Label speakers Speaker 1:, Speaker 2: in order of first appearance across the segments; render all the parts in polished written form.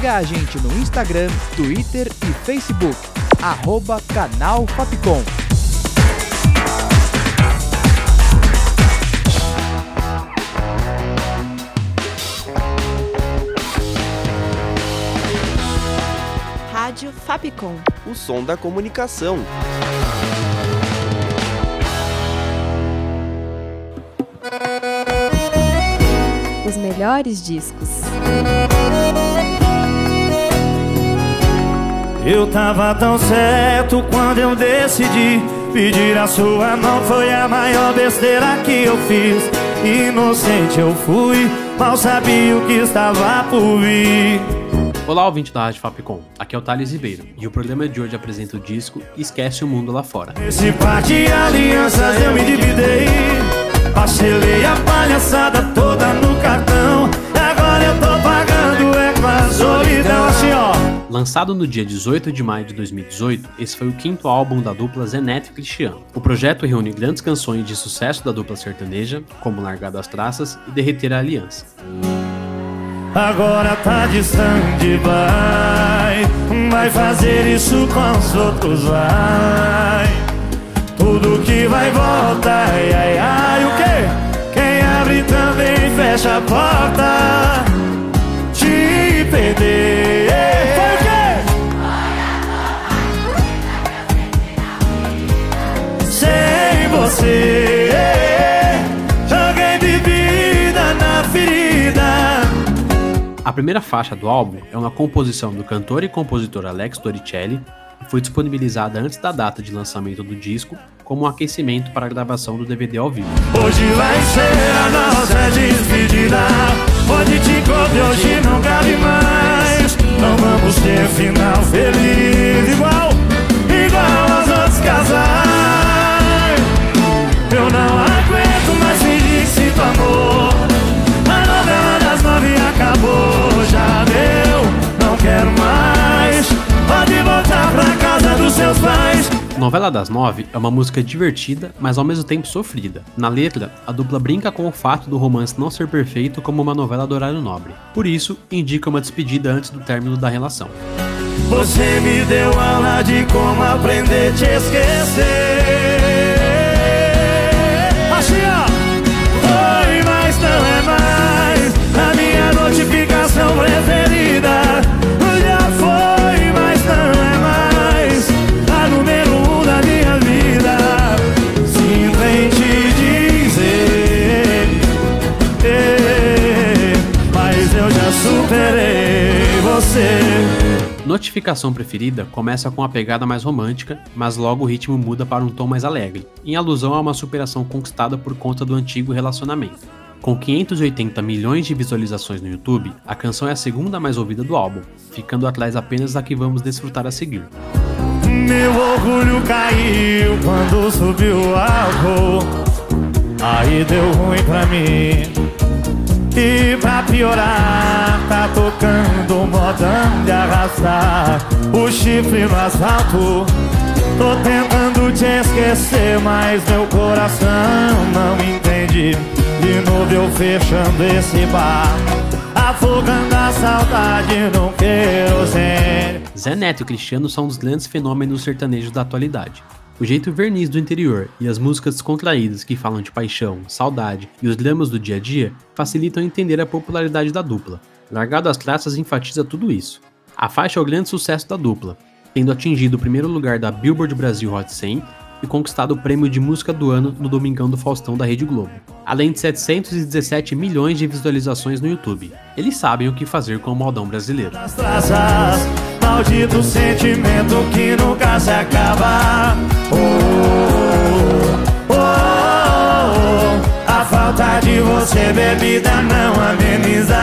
Speaker 1: Siga a gente no Instagram, Twitter e Facebook, @canal Fapcom.
Speaker 2: Rádio Fapcom.
Speaker 3: O som da comunicação.
Speaker 2: Os melhores discos.
Speaker 4: Eu tava tão certo quando eu decidi pedir a sua mão. Foi a maior besteira que eu fiz. Inocente eu fui, mal sabia o que estava por vir.
Speaker 5: Olá, ouvinte da Rádio Fapcom, aqui é o Thales Ribeiro e o programa de hoje apresenta o disco Esquece o Mundo Lá Fora.
Speaker 4: Nesse par de alianças eu me dividei, parcelei a palhaçada toda no cartão. Agora eu tô pagando com a solidão, assim ó.
Speaker 5: Lançado no dia 18 de maio de 2018, esse foi o quinto álbum da dupla Zé Neto e Cristiano. O projeto reúne grandes canções de sucesso da dupla sertaneja, como Largado as Traças e Derreter a Aliança.
Speaker 4: Agora tá distante, vai fazer isso com os outros, vai. Tudo que vai voltar, ai, ai, ai, o quê? Quem abre também fecha a porta. Te perder, foi o quê? Sem você, joguei bebida na ferida.
Speaker 5: A primeira faixa do álbum é uma composição do cantor e compositor Alex Torricelli e foi disponibilizada antes da data de lançamento do disco como um aquecimento para a gravação do DVD ao vivo.
Speaker 4: Hoje vai ser a nossa despedida, onde te encontre hoje não cabe mais. Não vamos ter final feliz igual aos outros casais. Eu não aguento mais fingir que sinto amor. A novela das 9 acabou, já deu, não quero mais. Pode voltar pra casa dos seus pais.
Speaker 5: Novela das 9 é uma música divertida, mas ao mesmo tempo sofrida. Na letra, a dupla brinca com o fato do romance não ser perfeito como uma novela do horário nobre. Por isso, indica uma despedida antes do término da relação.
Speaker 4: Você me deu aula de como aprender a te esquecer. Assim ó, foi, mas não é mais a minha notificação preferida. Já foi, mas não é mais a número 1 da minha vida. Sinto em te dizer, mas eu já superei você.
Speaker 5: Notificação Preferida começa com uma pegada mais romântica, mas logo o ritmo muda para um tom mais alegre, em alusão a uma superação conquistada por conta do antigo relacionamento. Com 580 milhões de visualizações no YouTube, a canção é a segunda mais ouvida do álbum, ficando atrás apenas da que vamos desfrutar a seguir.
Speaker 4: Meu orgulho caiu quando subiu o álcool, aí deu ruim pra mim. E pra piorar, tá tocando um modão de arrastar o chifre no asfalto. Tô tentando te esquecer, mas meu coração não entende. De novo eu fechando esse bar, afogando a saudade no querosene.
Speaker 5: Zé Neto e Cristiano são um dos grandes fenômenos sertanejos da atualidade. O jeito verniz do interior e as músicas descontraídas que falam de paixão, saudade e os dramas do dia a dia facilitam entender a popularidade da dupla. Largado as Traças enfatiza tudo isso. A faixa é o grande sucesso da dupla, tendo atingido o primeiro lugar da Billboard Brasil Hot 100 e conquistado o prêmio de música do ano no Domingão do Faustão da Rede Globo, além de 717 milhões de visualizações no YouTube. Eles sabem o que fazer com o modão brasileiro.
Speaker 4: Maldito sentimento que nunca se acaba. A falta de você, bebida, não ameniza.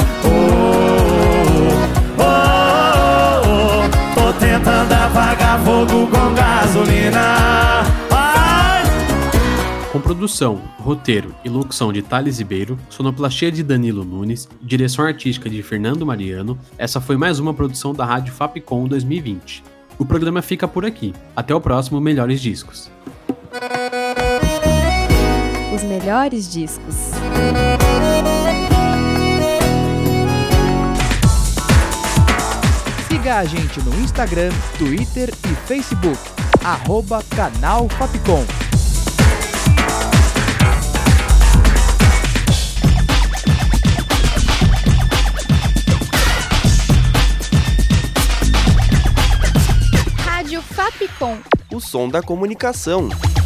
Speaker 4: Tô tentando apagar fogo com gasolina.
Speaker 5: Com produção, roteiro e locução de Thales Ribeiro, sonoplastia de Danilo Nunes, direção artística de Fernando Mariano, essa foi mais uma produção da Rádio Fapcom 2020. O programa fica por aqui. Até o próximo Melhores Discos.
Speaker 2: Os melhores discos.
Speaker 1: Siga a gente no Instagram, Twitter e Facebook, @Canal Fapcom.
Speaker 2: Rádio Fapcom.
Speaker 3: O som da comunicação.